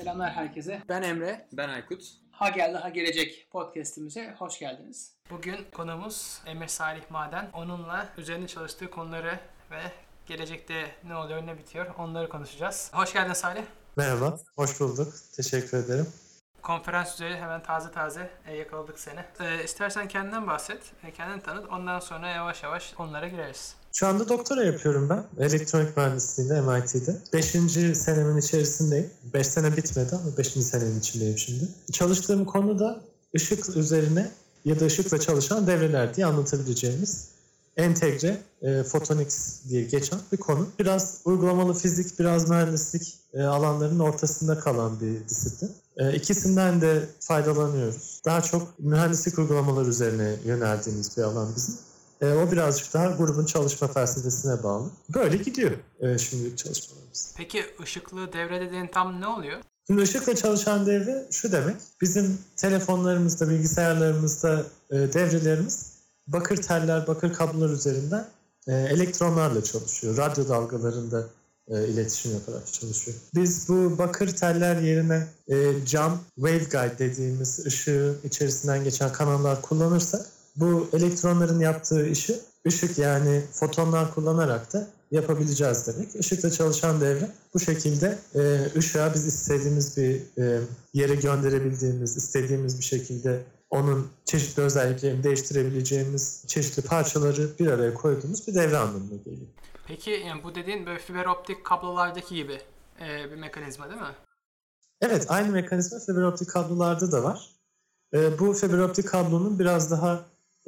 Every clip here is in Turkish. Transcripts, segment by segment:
Selamlar herkese. Ben Emre. Ben Aykut. Ha Geldi Ha Gelecek podcastimize hoş geldiniz. Bugün konuğumuz Emre Salih Maden. Onunla üzerine çalıştığı konuları ve gelecekte ne oluyor ne bitiyor onları konuşacağız. Hoş geldin Salih. Merhaba, hoş bulduk. Teşekkür ederim. Konferans üzeri hemen taze yakaladık seni. İstersen kendinden bahset, kendini tanıt. Ondan sonra yavaş yavaş onlara gireriz. Şu anda doktora yapıyorum ben. Elektronik mühendisliğinde MIT'de. 5. senemin içerisindeyim. 5 sene bitmedi ama 5. senenin içindeyim şimdi. Çalıştığım konu da ışık üzerine ya da ışıkla çalışan devreler diye anlatabileceğimiz entegre photonics diye geçen bir konu. Biraz uygulamalı fizik, biraz mühendislik alanlarının ortasında kalan bir disiplin. İkisinden de faydalanıyoruz. Daha çok mühendislik uygulamaları üzerine yöneldiğimiz bir alan bizim. O birazcık daha grubun çalışma felsefesine bağlı. Böyle gidiyor şimdilik çalışmalarımız. Peki ışıklı devre dediğin tam ne oluyor? Şimdi ışıkla çalışan devre şu demek. Bizim telefonlarımızda, bilgisayarlarımızda devrelerimiz bakır teller, bakır kablolar üzerinden elektronlarla çalışıyor. Radyo dalgalarında iletişim yaparak çalışıyor. Biz bu bakır teller yerine cam, waveguide dediğimiz ışığı içerisinden geçen kanallar kullanırsak bu elektronların yaptığı işi ışık yani fotonlar kullanarak da yapabileceğiz demek. Işıkla çalışan devre bu şekilde ışığa biz istediğimiz bir yere gönderebildiğimiz, istediğimiz bir şekilde onun çeşitli özelliklerini değiştirebileceğimiz çeşitli parçaları bir araya koyduğumuz bir devre anlamına geliyor. Peki yani bu dediğin böyle fiber optik kablolardaki gibi bir mekanizma değil mi? Evet, aynı mekanizma fiber optik kablolarda da var. Bu fiber optik kablonun biraz daha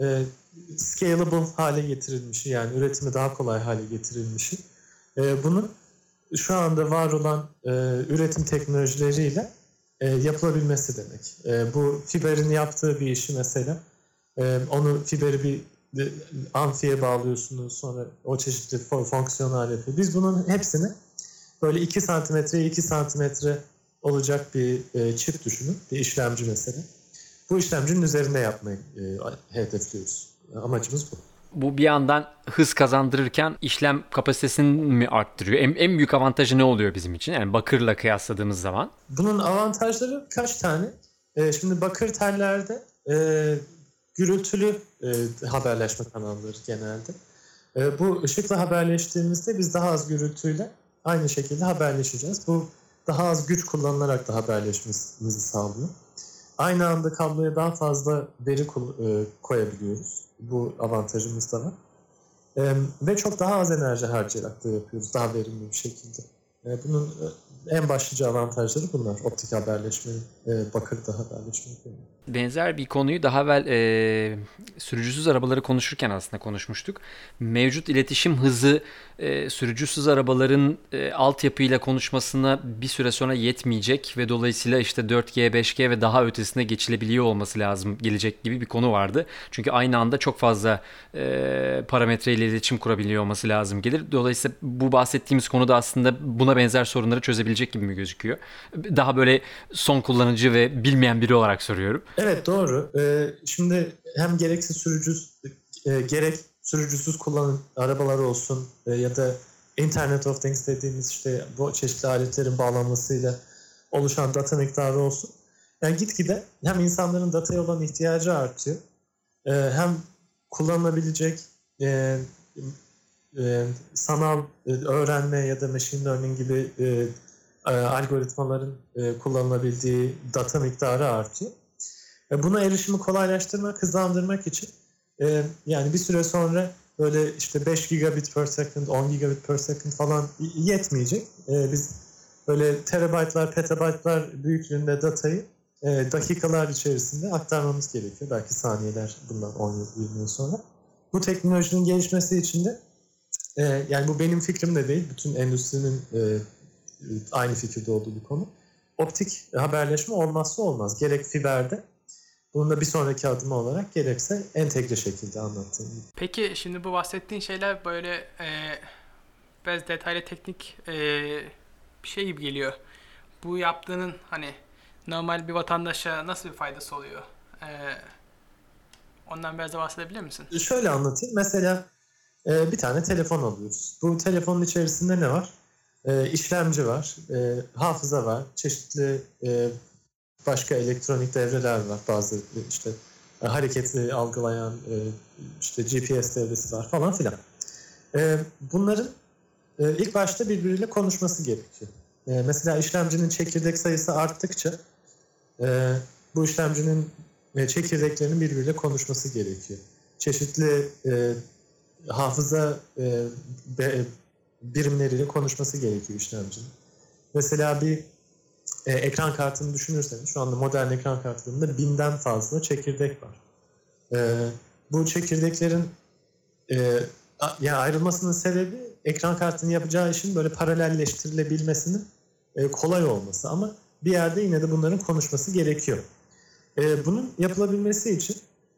scalable hale getirilmişi, yani üretimi daha kolay hale getirilmişi. Bunun şu anda var olan üretim teknolojileriyle yapılabilmesi demek. Bu fiberin yaptığı bir işi mesela onu fiberi bir amfiye bağlıyorsunuz, sonra o çeşitli fonksiyonlar yapıyor. Biz bunun hepsini böyle 2 santimetreye 2 santimetre olacak bir çip düşünün, bir işlemci mesela. Bu işlemcinin üzerinde yapmayı hedefliyoruz. Amacımız bu. Bu bir yandan hız kazandırırken işlem kapasitesini mi arttırıyor? En büyük avantajı ne oluyor bizim için? Yani bakırla kıyasladığımız zaman. Bunun avantajları kaç tane? Şimdi bakır tellerde gürültülü haberleşme kanalları genelde. Bu ışıkla haberleştiğimizde biz daha az gürültüyle aynı şekilde haberleşeceğiz. Bu daha az güç kullanılarak da haberleşmemizi sağlıyor. Aynı anda kabloya daha fazla veri koyabiliyoruz. Bu avantajımız da var. Ve çok daha az enerji harcayarak da yapıyoruz. Daha verimli bir şekilde. Bunun en başlıca avantajları bunlar. Optik haberleşme, bakırda haberleşme. Benzer bir konuyu daha evvel sürücüsüz arabaları konuşurken aslında konuşmuştuk. Mevcut iletişim hızı sürücüsüz arabaların altyapıyla konuşmasına bir süre sonra yetmeyecek ve dolayısıyla işte 4G, 5G ve daha ötesine geçilebiliyor olması lazım gelecek gibi bir konu vardı. Çünkü aynı anda çok fazla parametreyle iletişim kurabiliyor olması lazım gelir. Dolayısıyla bu bahsettiğimiz konuda aslında buna benzer sorunları çözebilecek gibi mi gözüküyor? Daha böyle son kullanıcı ve bilmeyen biri olarak soruyorum. Evet, doğru. Şimdi hem gerek sürücüsüz kullanan arabalar olsun ya da Internet of Things dediğimiz işte bu çeşitli aletlerin bağlanmasıyla oluşan data miktarı olsun. Yani gitgide hem insanların dataya olan ihtiyacı artıyor, hem kullanılabilecek sanal öğrenme ya da machine learning gibi algoritmaların kullanılabildiği data miktarı artıyor. Buna erişimi kolaylaştırmak, hızlandırmak için yani bir süre sonra böyle işte 5 gigabit per second, 10 gigabit per second falan yetmeyecek. Biz böyle terabaytlar, petabaytlar büyüklüğünde datayı dakikalar içerisinde aktarmamız gerekiyor. Belki saniyeler bundan 10 yıl, 20 yıl sonra. Bu teknolojinin gelişmesi için de yani bu benim fikrim de değil, bütün endüstrinin aynı fikirde olduğu bir konu. Optik haberleşme olmazsa olmaz. Gerek fiberde, bunun da bir sonraki adımı olarak gerekse entegre şekilde anlattığım gibi. Peki şimdi bu bahsettiğin şeyler böyle biraz detaylı teknik bir şey gibi geliyor. Bu yaptığının hani normal bir vatandaşa nasıl bir faydası oluyor? Ondan biraz da bahsedebilir misin? Şöyle anlatayım. Mesela bir tane telefon alıyoruz. Bu telefonun içerisinde ne var? işlemci var, hafıza var, çeşitli başka elektronik devreler var. Bazı işte hareketi algılayan işte GPS devresi var falan filan. Bunların ilk başta birbiriyle konuşması gerekiyor. Mesela işlemcinin çekirdek sayısı arttıkça bu işlemcinin çekirdeklerinin birbiriyle konuşması gerekiyor. Çeşitli hafıza birimleriyle konuşması gerekiyor işlemcinin. Mesela bir ekran kartını düşünürseniz, şu anda modern ekran kartlarında 1000'den fazla çekirdek var. Bu çekirdeklerin yani ayrılmasının sebebi ekran kartının yapacağı işin böyle paralelleştirilebilmesinin kolay olması. Ama bir yerde yine de bunların konuşması gerekiyor. Bunun yapılabilmesi için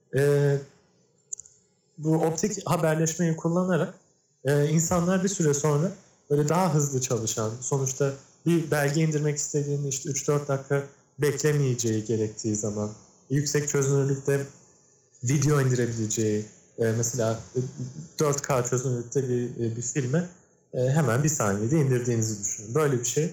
bu optik haberleşmeyi kullanarak insanlar bir süre sonra böyle daha hızlı çalışan, sonuçta bir belge indirmek istediğinde işte 3-4 dakika beklemeyeceği gerektiği zaman, yüksek çözünürlükte video indirebileceği, mesela 4K çözünürlükte bir filme hemen bir saniyede indirdiğinizi düşünün. Böyle bir şey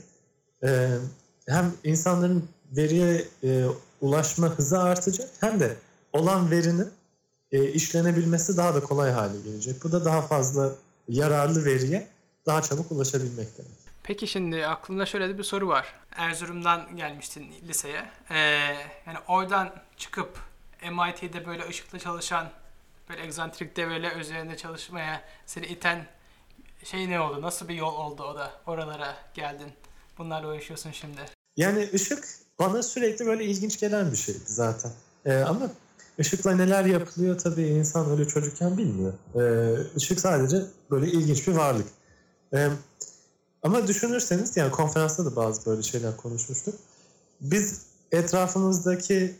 hem insanların veriye ulaşma hızı artacak, hem de olan verinin işlenebilmesi daha da kolay hale gelecek. Bu da daha fazla yararlı veriye daha çabuk ulaşabilmek demek. Peki şimdi aklımda şöyle bir soru var. Erzurum'dan gelmiştin liseye. Yani oradan çıkıp MIT'de böyle ışıkla çalışan, böyle egzantrik devreler üzerinde çalışmaya seni iten şey ne oldu? Nasıl bir yol oldu o da oralara geldin? Bunlarla uğraşıyorsun şimdi. Yani ışık bana sürekli böyle ilginç gelen bir şeydi zaten. Ama ışıkla neler yapılıyor tabii insan öyle çocukken bilmiyor. Işık sadece böyle ilginç bir varlık. Ama düşünürseniz, yani konferansta da bazı böyle şeyler konuşmuştuk. Biz etrafımızdaki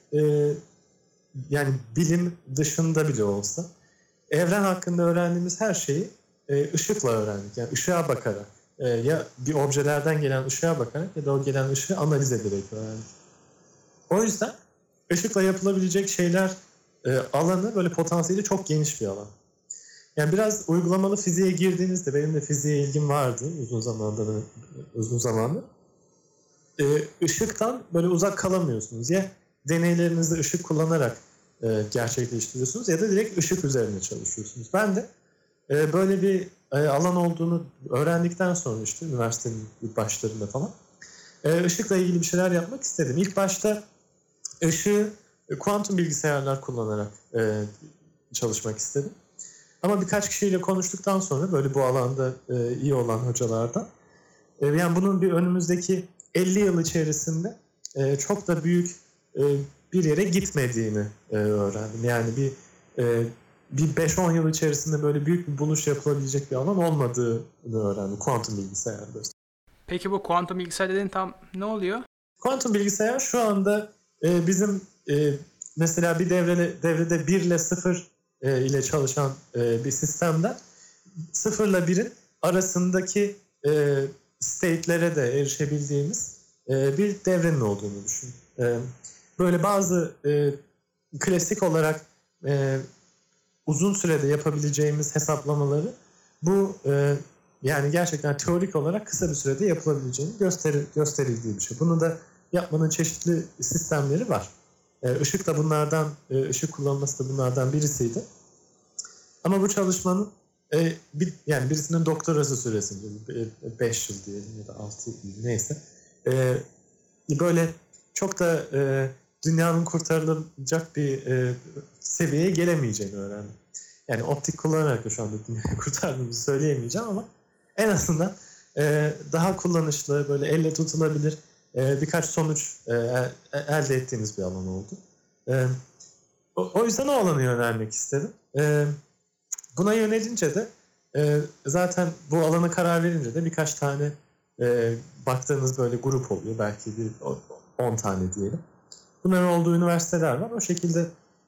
yani bilim dışında bile olsa evren hakkında öğrendiğimiz her şeyi ışıkla öğrendik. Yani ışığa bakarak, ya bir objelerden gelen ışığa bakarak ya da o gelen ışığı analiz ederek öğrendik. O yüzden ışıkla yapılabilecek şeyler alanı böyle potansiyeli çok geniş bir alan. Yani biraz uygulamalı fiziğe girdiğinizde, benim de fiziğe ilgim vardı uzun zamandır. Işıktan böyle uzak kalamıyorsunuz. Ya deneylerinizde ışık kullanarak gerçekleştiriyorsunuz ya da direkt ışık üzerine çalışıyorsunuz. Ben de böyle bir alan olduğunu öğrendikten sonra işte üniversitenin başlarında falan ışıkla ilgili bir şeyler yapmak istedim. İlk başta ışığı kuantum bilgisayarlar kullanarak çalışmak istedim. Ama birkaç kişiyle konuştuktan sonra böyle bu alanda iyi olan hocalardan yani bunun bir önümüzdeki 50 yıl içerisinde çok da büyük bir yere gitmediğini öğrendim. Yani bir 5-10 yıl içerisinde böyle büyük bir buluş yapılabilecek bir alan olmadığını öğrendim. Kuantum bilgisayarları. Peki bu kuantum bilgisayar dediğin tam ne oluyor? Kuantum bilgisayar şu anda bizim mesela bir devrede 1 ile 0 ile çalışan bir sistemden 0 ile 1'in arasındaki state'lere de erişebildiğimiz bir devrenin olduğunu düşünün. Böyle bazı klasik olarak uzun sürede yapabileceğimiz hesaplamaları bu yani gerçekten teorik olarak kısa bir sürede yapılabileceğini gösterildiği bir şey. Bunu da yapmanın çeşitli sistemleri var. Işık da bunlardan, ışık kullanılması da bunlardan birisiydi. Ama bu çalışmanın yani birisinin doktorası süresince 5 yıl diyelim ya da 6 yıl neyse böyle çok da dünyanın kurtarılacak bir seviyeye gelemeyeceğini öğrendim. Yani optik kullanarak da şu anda dünyayı kurtardığımızı söyleyemeyeceğim ama en azından daha kullanışlı, böyle elle tutulabilir birkaç sonuç elde ettiğimiz bir alan oldu. O yüzden o alanı yönelmek istedim. Buna yönelince de zaten bu alana karar verince de birkaç tane baktığınız böyle grup oluyor. Belki bir 10 tane diyelim. Bunların olduğu üniversiteler var. O şekilde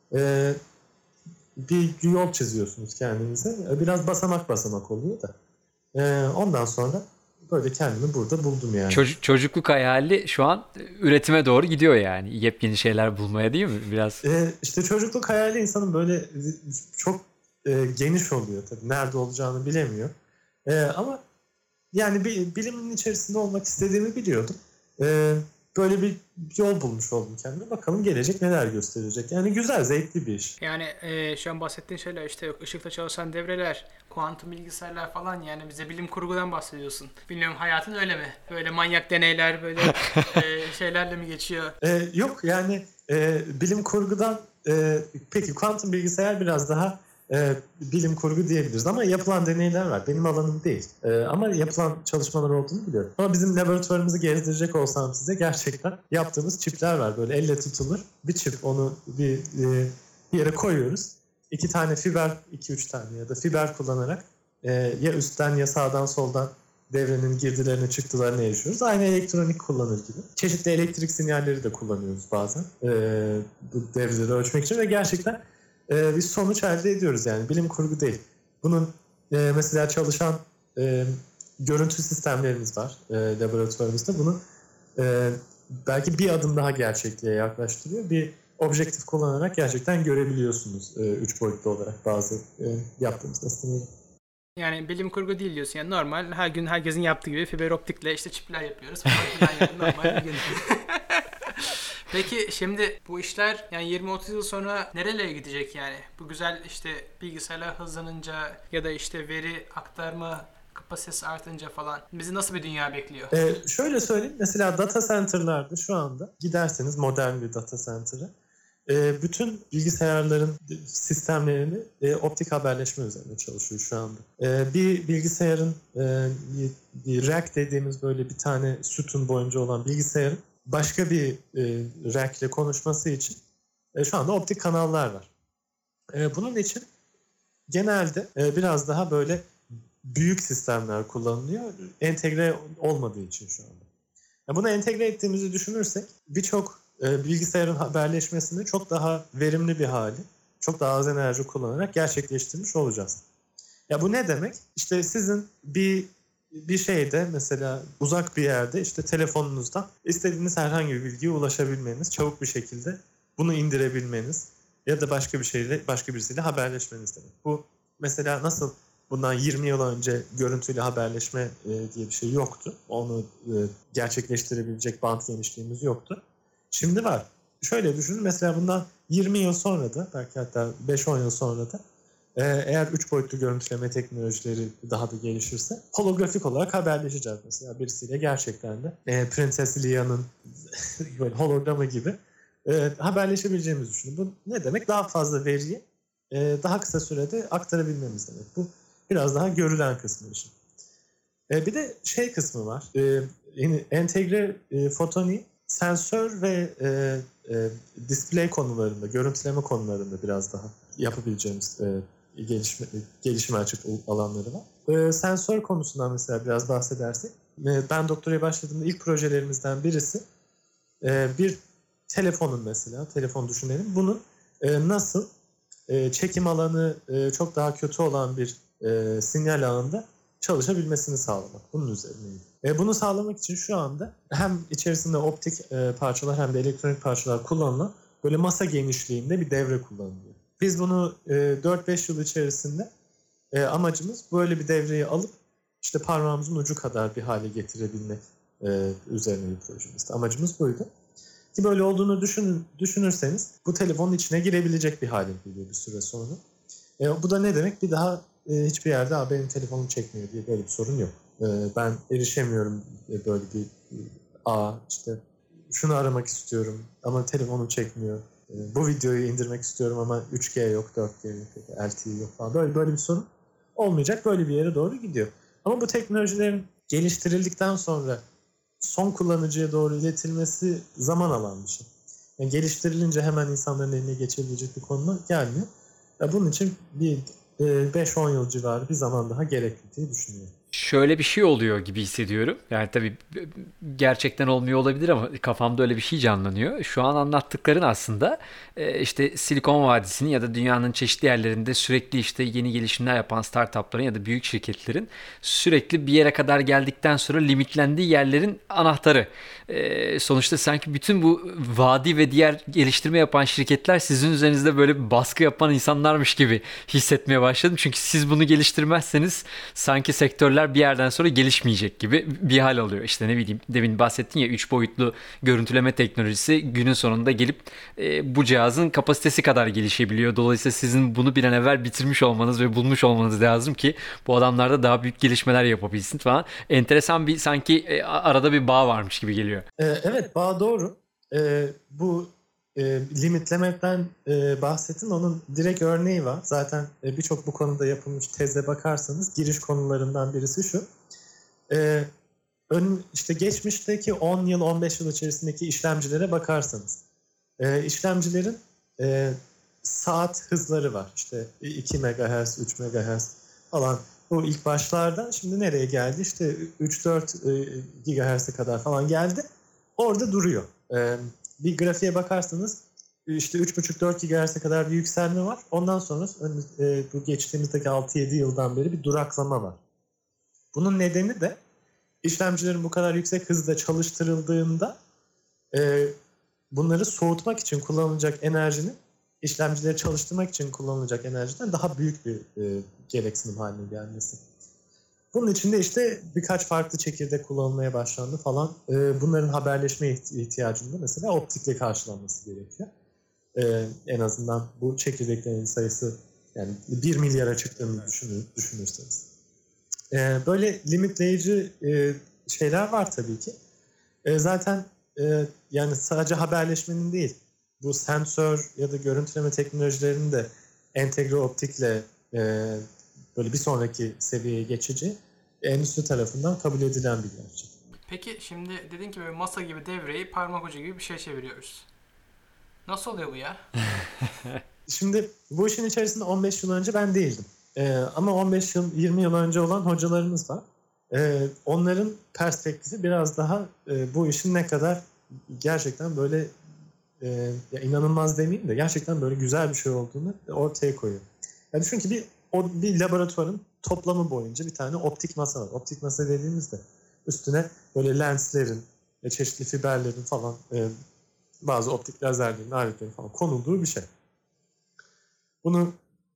bir yol çiziyorsunuz kendinize. Biraz basamak basamak oluyor da. Ondan sonra böyle kendimi burada buldum yani. Çocukluk hayali şu an üretime doğru gidiyor yani. Yepyeni şeyler bulmaya, değil mi? Biraz. İşte çocukluk hayali insanın böyle çok geniş oluyor tabii. Nerede olacağını bilemiyor. Ama Yani bilimin içerisinde olmak istediğimi biliyordum. Böyle bir yol bulmuş oldum kendime. Bakalım gelecek neler gösterecek. Yani güzel, zevkli bir iş. Yani şu an bahsettiğin şeyler işte ışıkla çalışan devreler, kuantum bilgisayarlar falan, yani bize bilim kurgudan bahsediyorsun. Bilmiyorum, hayatın öyle mi? Böyle manyak deneyler, böyle şeylerle mi geçiyor? Yok yani bilim kurgudan peki kuantum bilgisayar biraz daha bilim kurgu diyebiliriz ama yapılan deneyler var. Benim alanım değil. Ama yapılan çalışmalar olduğunu biliyorum. Ama bizim laboratuvarımızı gezdirecek olsam size gerçekten yaptığımız çipler var. Böyle elle tutulur bir çip, onu bir yere koyuyoruz. 2 tane fiber, 2-3 tane ya da fiber kullanarak ya üstten ya sağdan soldan devrenin girdilerini çıktılarını yaşıyoruz. Aynı elektronik kullanır gibi. Çeşitli elektrik sinyalleri de kullanıyoruz bazen bu devreleri ölçmek için ve gerçekten bir sonuç elde ediyoruz yani. Bilim kurgu değil. Bunun mesela çalışan görüntü sistemlerimiz var laboratuvarımızda. Bunu belki bir adım daha gerçekliğe yaklaştırıyor. Bir objektif kullanarak gerçekten görebiliyorsunuz 3 boyutlu olarak bazı yaptığımız nesneleri. Yani bilim kurgu değil diyorsun. Yani normal, her gün herkesin yaptığı gibi fiber optikle işte çipler yapıyoruz falan filan, yani normal bir gün. Peki şimdi bu işler yani 20-30 yıl sonra nerelere gidecek yani? Bu güzel işte bilgisayarlar hızlanınca ya da işte veri aktarma kapasitesi artınca falan bizi nasıl bir dünya bekliyor? Şöyle söyleyeyim. Mesela data center'larda şu anda giderseniz modern bir data center'a bütün bilgisayarların sistemlerini optik haberleşme üzerine çalışıyor şu anda. Bir bilgisayarın bir rack dediğimiz böyle bir tane sütun boyunca olan bilgisayarın başka bir rack ile konuşması için şu anda optik kanallar var. Bunun için genelde biraz daha böyle büyük sistemler kullanılıyor. Entegre olmadığı için şu anda. Bunu entegre ettiğimizi düşünürsek birçok bilgisayarın haberleşmesini çok daha verimli bir hali, çok daha az enerji kullanarak gerçekleştirmiş olacağız. Ya bu ne demek? İşte sizin bir şeyde, mesela uzak bir yerde işte telefonunuzdan istediğiniz herhangi bir bilgiye ulaşabilmeniz, çabuk bir şekilde bunu indirebilmeniz ya da başka birisiyle haberleşmeniz demek. Bu mesela nasıl bundan 20 yıl önce görüntüyle haberleşme diye bir şey yoktu. Onu gerçekleştirebilecek bant genişliğimiz yoktu. Şimdi var. Şöyle düşünün, mesela bundan 20 yıl sonra da, belki hatta 5-10 yıl sonra da eğer 3 boyutlu görüntüleme teknolojileri daha da gelişirse holografik olarak haberleşeceğiz mesela birisiyle, gerçekten de Princess Leia'nın böyle hologramı gibi haberleşebileceğimizi düşünün. Bu ne demek? Daha fazla veriyi daha kısa sürede aktarabilmemiz demek. Bu biraz daha görülen kısmı için. Bir de şey kısmı var. Entegre fotoni sensör ve display konularında, görüntüleme konularında biraz daha yapabileceğimiz gelişime açık alanları var. Sensör konusundan mesela biraz bahsedersek, ben doktoraya başladığımda ilk projelerimizden birisi bir telefonun, mesela telefon düşünelim, bunun nasıl çekim alanı çok daha kötü olan bir sinyal ağında çalışabilmesini sağlamak. Bunun üzerineydi. Bunu sağlamak için şu anda hem içerisinde optik parçalar hem de elektronik parçalar kullanılan böyle masa genişliğinde bir devre kullanılıyor. Biz bunu 4-5 yıl içerisinde amacımız böyle bir devreyi alıp işte parmağımızın ucu kadar bir hale getirebilmek üzerine bir projemizdi. Amacımız buydu. Ki böyle olduğunu düşünürseniz bu telefonun içine girebilecek bir hale geliyor bir süre sonra. Bu da ne demek? Bir daha hiçbir yerde benim telefonum çekmiyor diye böyle bir sorun yok. Ben erişemiyorum böyle bir işte şunu aramak istiyorum ama telefonum çekmiyor. Bu videoyu indirmek istiyorum ama 3G yok, 4G yok, LTE yok falan. Böyle bir sorun olmayacak. Böyle bir yere doğru gidiyor. Ama bu teknolojilerin geliştirildikten sonra son kullanıcıya doğru iletilmesi zaman alan bir şey. Yani geliştirilince hemen insanların eline geçebilecek bir konuma gelmiyor. Bunun için bir 5-10 yıl civarı bir zaman daha gerekli diye düşünüyorum. Şöyle bir şey oluyor gibi hissediyorum. Yani tabii gerçekten olmuyor olabilir ama kafamda öyle bir şey canlanıyor. Şu an anlattıkların aslında işte Silikon Vadisi'nin ya da dünyanın çeşitli yerlerinde sürekli işte yeni gelişimler yapan startupların ya da büyük şirketlerin sürekli bir yere kadar geldikten sonra limitlendiği yerlerin anahtarı. Sonuçta sanki bütün bu vadi ve diğer geliştirme yapan şirketler sizin üzerinizde böyle bir baskı yapan insanlarmış gibi hissetmeye başladım. Çünkü siz bunu geliştirmezseniz sanki sektörler devreler bir yerden sonra gelişmeyecek gibi bir hal alıyor. İşte ne bileyim, demin bahsettin ya, 3 boyutlu görüntüleme teknolojisi günün sonunda gelip bu cihazın kapasitesi kadar gelişebiliyor. Dolayısıyla sizin bunu bir an evvel bitirmiş olmanız ve bulmuş olmanız lazım ki bu adamlar da daha büyük gelişmeler yapabilsin falan. Enteresan bir, sanki arada bir bağ varmış gibi geliyor. Evet, bağ doğru. Bu limitlemekten bahsettin. Onun direkt örneği var. Zaten birçok bu konuda yapılmış teze bakarsanız giriş konularından birisi şu. İşte geçmişteki 10 yıl, 15 yıl içerisindeki işlemcilere bakarsanız işlemcilerin saat hızları var. İşte 2 MHz, 3 MHz falan. Bu ilk başlarda şimdi nereye geldi? İşte 3-4 GHz'e kadar falan geldi. Orada duruyor. Bir grafiğe bakarsanız işte 3,5-4 GHz'e kadar bir yükselme var. Ondan sonra bu geçtiğimizdeki 6-7 yıldan beri bir duraklama var. Bunun nedeni de işlemcilerin bu kadar yüksek hızda çalıştırıldığında bunları soğutmak için kullanılacak enerjinin, işlemcileri çalıştırmak için kullanılacak enerjiden daha büyük bir gereksinim haline gelmesi. Bunun için de işte birkaç farklı çekirdek kullanılmaya başlandı falan. Bunların haberleşme ihtiyacında mesela optikle karşılanması gerekiyor. En azından bu çekirdeklerin sayısı yani 1 milyara çıktığını düşünürseniz. Böyle limitleyici şeyler var tabii ki. Zaten yani sadece haberleşmenin değil, bu sensör ya da görüntüleme teknolojilerinin de entegre optikle böyle bir sonraki seviyeye geçici endüstri tarafından kabul edilen bir gerçek. Peki şimdi dedin ki böyle masa gibi devreyi parmak ucu gibi bir şey çeviriyoruz. Nasıl oluyor bu ya? Şimdi bu işin içerisinde 15 yıl önce ben değildim. Ama 15 yıl, 20 yıl önce olan hocalarımız var. Onların perspektifi biraz daha bu işin ne kadar gerçekten böyle ya inanılmaz demeyeyim de gerçekten böyle güzel bir şey olduğunu ortaya koyuyor. Yani düşün ki bir laboratuvarın toplamı boyunca bir tane optik masa var. Optik masa dediğimizde üstüne böyle lenslerin, çeşitli fiberlerin falan, bazı optik lazerlerin, aletlerin falan konulduğu bir şey. Bunu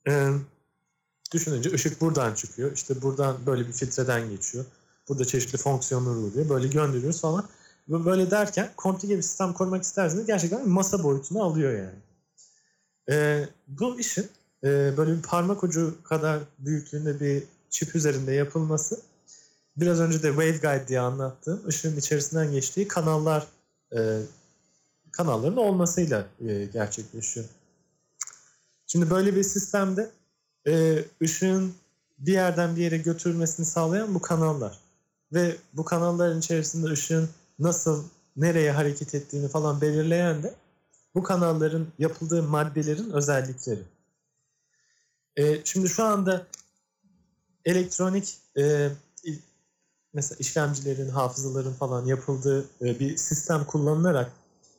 düşününce ışık buradan çıkıyor. İşte buradan böyle bir filtreden geçiyor. Burada çeşitli fonksiyonlar oluyor. Böyle gönderiyoruz falan. Böyle derken komplike bir sistem kurmak isterseniz gerçekten bir masa boyutunu alıyor yani. Bu işin böyle bir parmak ucu kadar büyüklüğünde bir çip üzerinde yapılması, biraz önce de waveguide diye anlattığım ışığın içerisinden geçtiği kanalların olmasıyla gerçekleşiyor. Şimdi böyle bir sistemde ışığın bir yerden bir yere götürülmesini sağlayan bu kanallar ve bu kanalların içerisinde ışığın nasıl, nereye hareket ettiğini falan belirleyen de bu kanalların yapıldığı maddelerin özellikleri. Şimdi şu anda elektronik mesela işlemcilerin, hafızaların falan yapıldığı bir sistem kullanılarak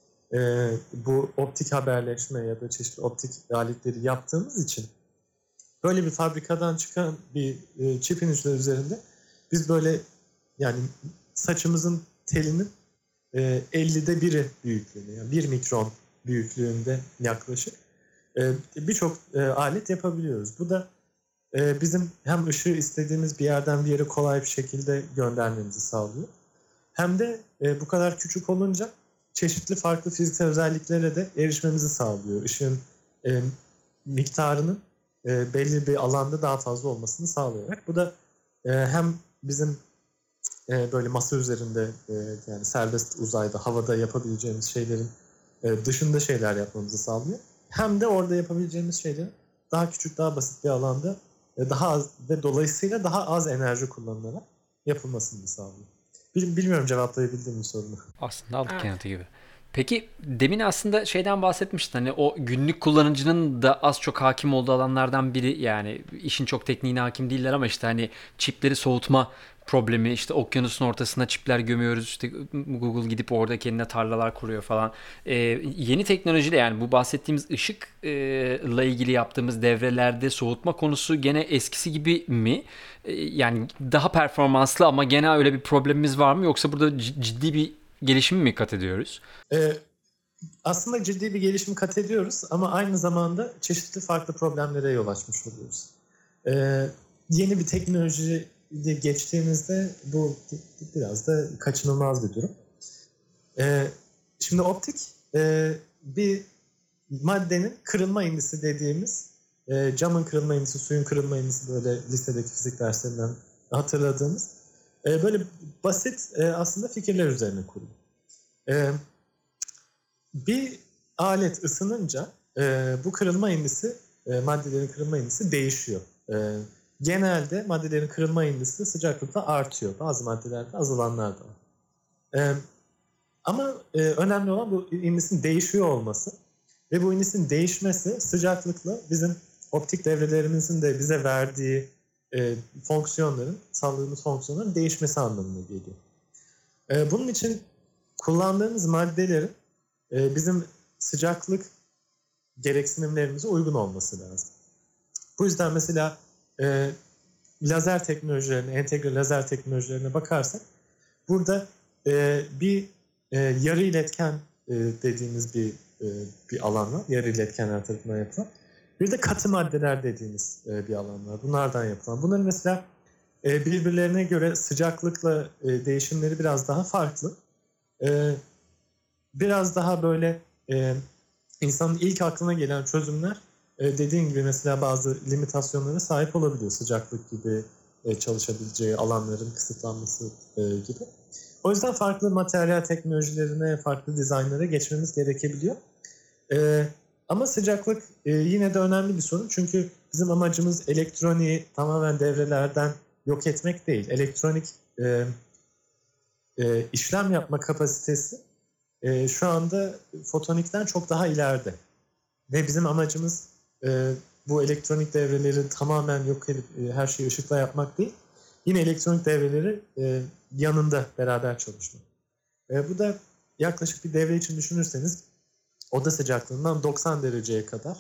bu optik haberleşme ya da çeşitli optik aletleri yaptığımız için böyle bir fabrikadan çıkan bir çipin üzerinde biz böyle yani saçımızın telinin 50'de 1'i büyüklüğünde, yani 1 mikron büyüklüğünde yaklaşık birçok alet yapabiliyoruz. Bu da bizim hem ışığı istediğimiz bir yerden bir yere kolay bir şekilde göndermemizi sağlıyor. Hem de bu kadar küçük olunca çeşitli farklı fiziksel özelliklere de erişmemizi sağlıyor. Işığın miktarının belli bir alanda daha fazla olmasını sağlayarak. Bu da hem bizim böyle masa üzerinde yani serbest uzayda, havada yapabileceğimiz şeylerin dışında şeyler yapmamızı sağlıyor. Hem de orada yapabileceğimiz şeylerin daha küçük, daha basit bir alanda daha az ve dolayısıyla daha az enerji kullanılarak yapılmasını sağlıyor. Bilmiyorum cevaplayabildim mi sorunu? Aslında aldık yanıtı gibi. Peki demin aslında şeyden bahsetmiştin, hani o günlük kullanıcının da az çok hakim olduğu alanlardan biri, yani işin çok tekniğine hakim değiller ama işte hani çipleri soğutma problemi, işte okyanusun ortasına çipler gömüyoruz, işte Google gidip orada kendine tarlalar kuruyor falan. Yeni teknolojiyle, yani bu bahsettiğimiz ışıkla ilgili yaptığımız devrelerde soğutma konusu gene eskisi gibi mi? Yani daha performanslı ama gene öyle bir problemimiz var mı, yoksa burada ciddi bir gelişim mi kat ediyoruz? Aslında ciddi bir gelişim kat ediyoruz ama aynı zamanda çeşitli farklı problemlere yol açmış oluyoruz. Yeni bir teknoloji geçtiğimizde bu biraz da kaçınılmaz bir durum. Şimdi optik bir maddenin kırılma indisi dediğimiz, camın kırılma indisi, suyun kırılma indisi, böyle lisedeki fizik derslerinden hatırladığımız böyle basit aslında fikirler üzerine kurulu. Bir alet ısınınca bu kırılma indisi, maddelerin kırılma indisi değişiyor. Genelde maddelerin kırılma indisi sıcaklıkla artıyor. Bazı maddelerde azalanlar da var. Ama önemli olan bu indisin değişiyor olması ve bu indisin değişmesi sıcaklıkla bizim optik devrelerimizin de bize verdiği fonksiyonların, sağladığımız fonksiyonların değişmesi anlamına geliyor. Bunun için kullandığımız maddelerin bizim sıcaklık gereksinimlerimize uygun olması lazım. Bu yüzden mesela lazer teknolojilerine, entegre lazer teknolojilerine bakarsak burada bir yarı iletken dediğimiz bir alan var. Yarı iletkenler tarafından yapılan. Bir de katı maddeler dediğimiz bir alan var. Bunlardan yapılan. Bunların mesela birbirlerine göre sıcaklıkla değişimleri biraz daha farklı. Biraz daha böyle insanın ilk aklına gelen çözümler dediğin gibi mesela bazı limitasyonlara sahip olabiliyor. Sıcaklık gibi çalışabileceği alanların kısıtlanması gibi. O yüzden farklı materyal teknolojilerine, farklı dizaynlara geçmemiz gerekebiliyor. Ama sıcaklık yine de önemli bir sorun. Çünkü bizim amacımız elektroniği tamamen devrelerden yok etmek değil. Elektronik işlem yapma kapasitesi şu anda fotonikten çok daha ileride. Ve bizim amacımız bu elektronik devreleri tamamen yok edip her şeyi ışıkla yapmak değil. Yine elektronik devreleri yanında beraber çalışmak. Bu da yaklaşık bir devre için düşünürseniz oda sıcaklığından 90 dereceye kadar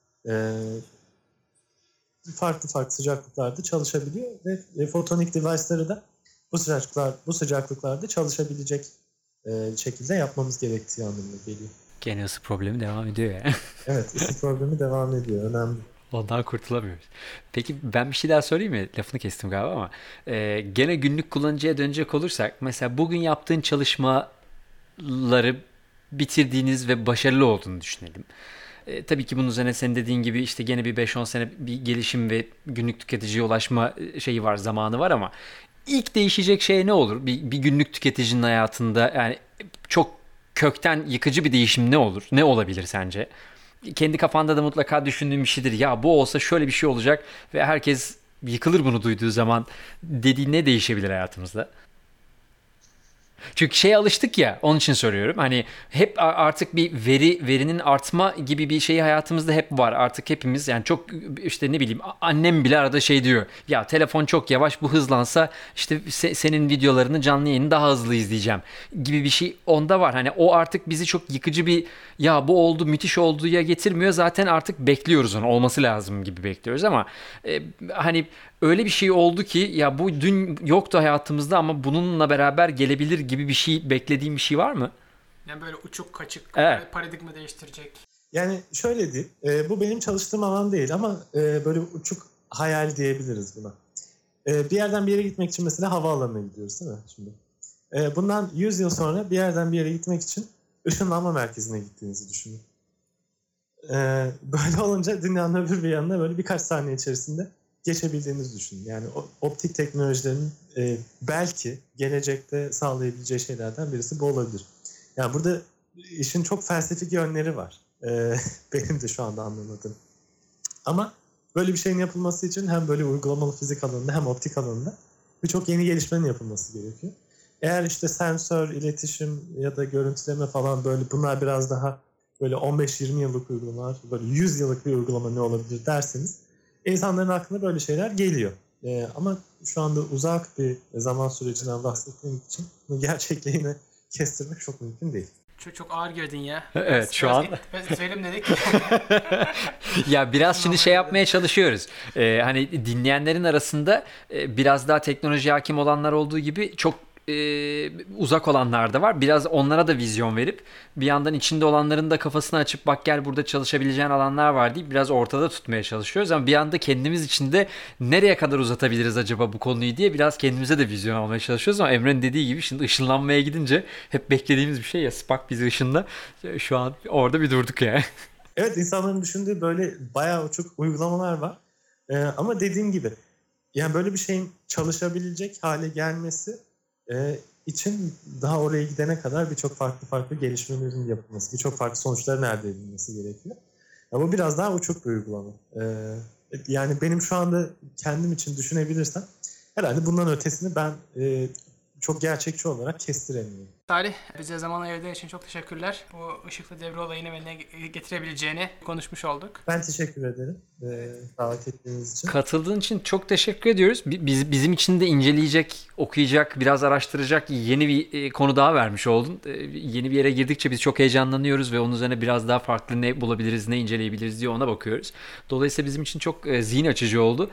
farklı sıcaklıklarda çalışabiliyor ve fotonik device'ları da bu sıcaklıklarda çalışabilecek şekilde yapmamız gerektiği anlamına geliyor. Gene ısı problemi devam ediyor ya. Evet, ısı problemi devam ediyor. Önemli. Ondan kurtulamıyoruz. Peki ben bir şey daha sorayım mı? Lafını kestim galiba ama. Gene günlük kullanıcıya dönecek olursak, mesela bugün yaptığın çalışmaları bitirdiğiniz ve başarılı olduğunu düşünelim. Tabii ki bunun üzerine senin dediğin gibi işte gene bir 5-10 sene bir gelişim ve günlük tüketiciye ulaşma şeyi var, zamanı var ama ilk değişecek şey ne olur? Bir günlük tüketicinin hayatında yani çok kökten yıkıcı bir değişim ne olur? Ne olabilir sence? Kendi kafanda da mutlaka düşündüğün bir şeydir. Ya bu olsa şöyle bir şey olacak ve herkes yıkılır bunu duyduğu zaman dediğin ne değişebilir hayatımızda? Çünkü şeye alıştık ya, onun için soruyorum. Hani hep artık bir verinin artma gibi bir şey hayatımızda hep var. Artık hepimiz yani çok işte ne bileyim annem bile arada şey diyor. Ya telefon çok yavaş, bu hızlansa işte senin videolarını canlı yayını daha hızlı izleyeceğim gibi bir şey onda var. Hani o artık bizi çok yıkıcı bir ya bu oldu müthiş olduya getirmiyor. Zaten artık bekliyoruz onu, olması lazım gibi bekliyoruz ama hani öyle bir şey oldu ki ya bu dün yoktu hayatımızda ama bununla beraber gelebilir gibi bir şey, beklediğim bir şey var mı? Yani böyle uçuk kaçık, Evet. paradigma değiştirecek. Yani şöyle diyeyim, bu benim çalıştığım alan değil ama böyle uçuk hayal diyebiliriz buna. Bir yerden bir yere gitmek için mesela havaalanına gidiyoruz değil mi şimdi? Bundan 100 yıl sonra bir yerden bir yere gitmek için ışınlanma merkezine gittiğinizi düşünün. Böyle olunca dünyanın öbür bir yanına böyle birkaç saniye içerisinde geçebildiğinizi düşünün. Yani optik teknolojilerin belki gelecekte sağlayabileceği şeylerden birisi bu olabilir. Yani burada işin çok felsefik yönleri var. Benim de şu anda anlamadığım. Ama böyle bir şeyin yapılması için hem böyle uygulamalı fizik alanında hem optik alanında birçok yeni gelişmenin yapılması gerekiyor. Eğer işte sensör, iletişim ya da görüntüleme falan böyle bunlar biraz daha böyle 15-20 yıllık uygulamalar, böyle 100 yıllık bir uygulama ne olabilir derseniz insanların aklına böyle şeyler geliyor. Ama şu anda uzak bir zaman sürecinden bahsettiğim için gerçekliğini kestirmek çok mümkün değil. Çok ağır girdin ya. Evet şu an. Verim dedik. Ya biraz şimdi şey yapmaya çalışıyoruz. Hani dinleyenlerin arasında biraz daha teknoloji hakim olanlar olduğu gibi çok uzak olanlar da var. Biraz onlara da vizyon verip bir yandan içinde olanların da kafasını açıp bak gel burada çalışabileceğin alanlar var deyip biraz ortada tutmaya çalışıyoruz. Ama bir yanda kendimiz içinde nereye kadar uzatabiliriz acaba bu konuyu diye biraz kendimize de vizyon almaya çalışıyoruz. Ama Emre'nin dediği gibi şimdi ışınlanmaya gidince hep beklediğimiz bir şey ya, Spock bizi ışınla. Şu an orada bir durduk ya. Evet, insanların düşündüğü böyle bayağı çok uygulamalar var. Ama dediğim gibi yani böyle bir şeyin çalışabilecek hale gelmesi için daha oraya gidene kadar birçok farklı gelişmelerin yapılması, birçok farklı sonuçların elde edilmesi gerekiyor. Ama biraz daha uçuk bir uygulama. Yani benim şu anda kendim için düşünebilirsem herhalde bundan ötesini ben çok gerçekçi olarak kestiremiyorum. Salih, bize zaman ayırdığın için çok teşekkürler. Bu ışıklı devre olayını eline getirebileceğini konuşmuş olduk. Ben teşekkür ederim davet ettiğiniz için. Katıldığın için çok teşekkür ediyoruz. Bizim için de inceleyecek, okuyacak, biraz araştıracak yeni bir konu daha vermiş oldun. Yeni bir yere girdikçe biz çok heyecanlanıyoruz ve onun üzerine biraz daha farklı ne bulabiliriz, ne inceleyebiliriz diye ona bakıyoruz. Dolayısıyla bizim için çok zihin açıcı oldu.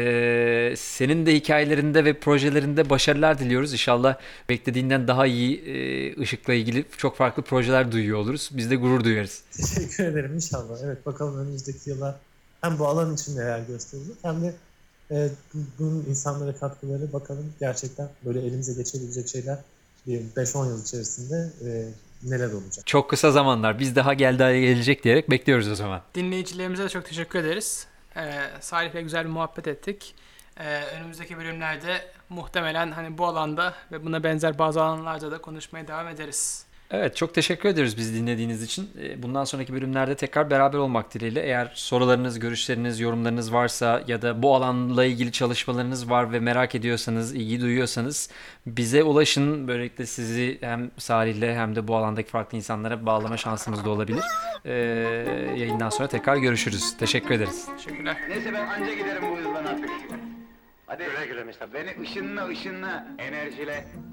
Senin de hikayelerinde ve projelerinde başarılar diliyoruz. İnşallah beklediğinden daha iyi ışıkla ilgili çok farklı projeler duyuyor oluruz. Biz de gurur duyarız. Teşekkür ederim inşallah. Evet, bakalım önümüzdeki yıllar hem bu alan için neler gösterecek hem de bunun insanlara katkıları bakalım gerçekten böyle elimize geçebilecek şeyler bir 5-10 yıl içerisinde neler olacak. Çok kısa zamanlar. Biz daha gelecek diyerek bekliyoruz o zaman. Dinleyicilerimize de çok teşekkür ederiz. Salih'le güzel bir muhabbet ettik. Önümüzdeki bölümlerde muhtemelen hani bu alanda ve buna benzer bazı alanlarda da konuşmaya devam ederiz. Evet, çok teşekkür ediyoruz bizi dinlediğiniz için. Bundan sonraki bölümlerde tekrar beraber olmak dileğiyle. Eğer sorularınız, görüşleriniz, yorumlarınız varsa ya da bu alanla ilgili çalışmalarınız var ve merak ediyorsanız, ilgi duyuyorsanız bize ulaşın. Böylelikle sizi hem Salih'le hem de bu alandaki farklı insanlara bağlama şansımız da olabilir. Yayından sonra tekrar görüşürüz. Teşekkür ederiz. Teşekkürler. Neyse ben anca giderim bu hızdan artık. Hadi güle güle Mustafa. Beni ışınla enerjile.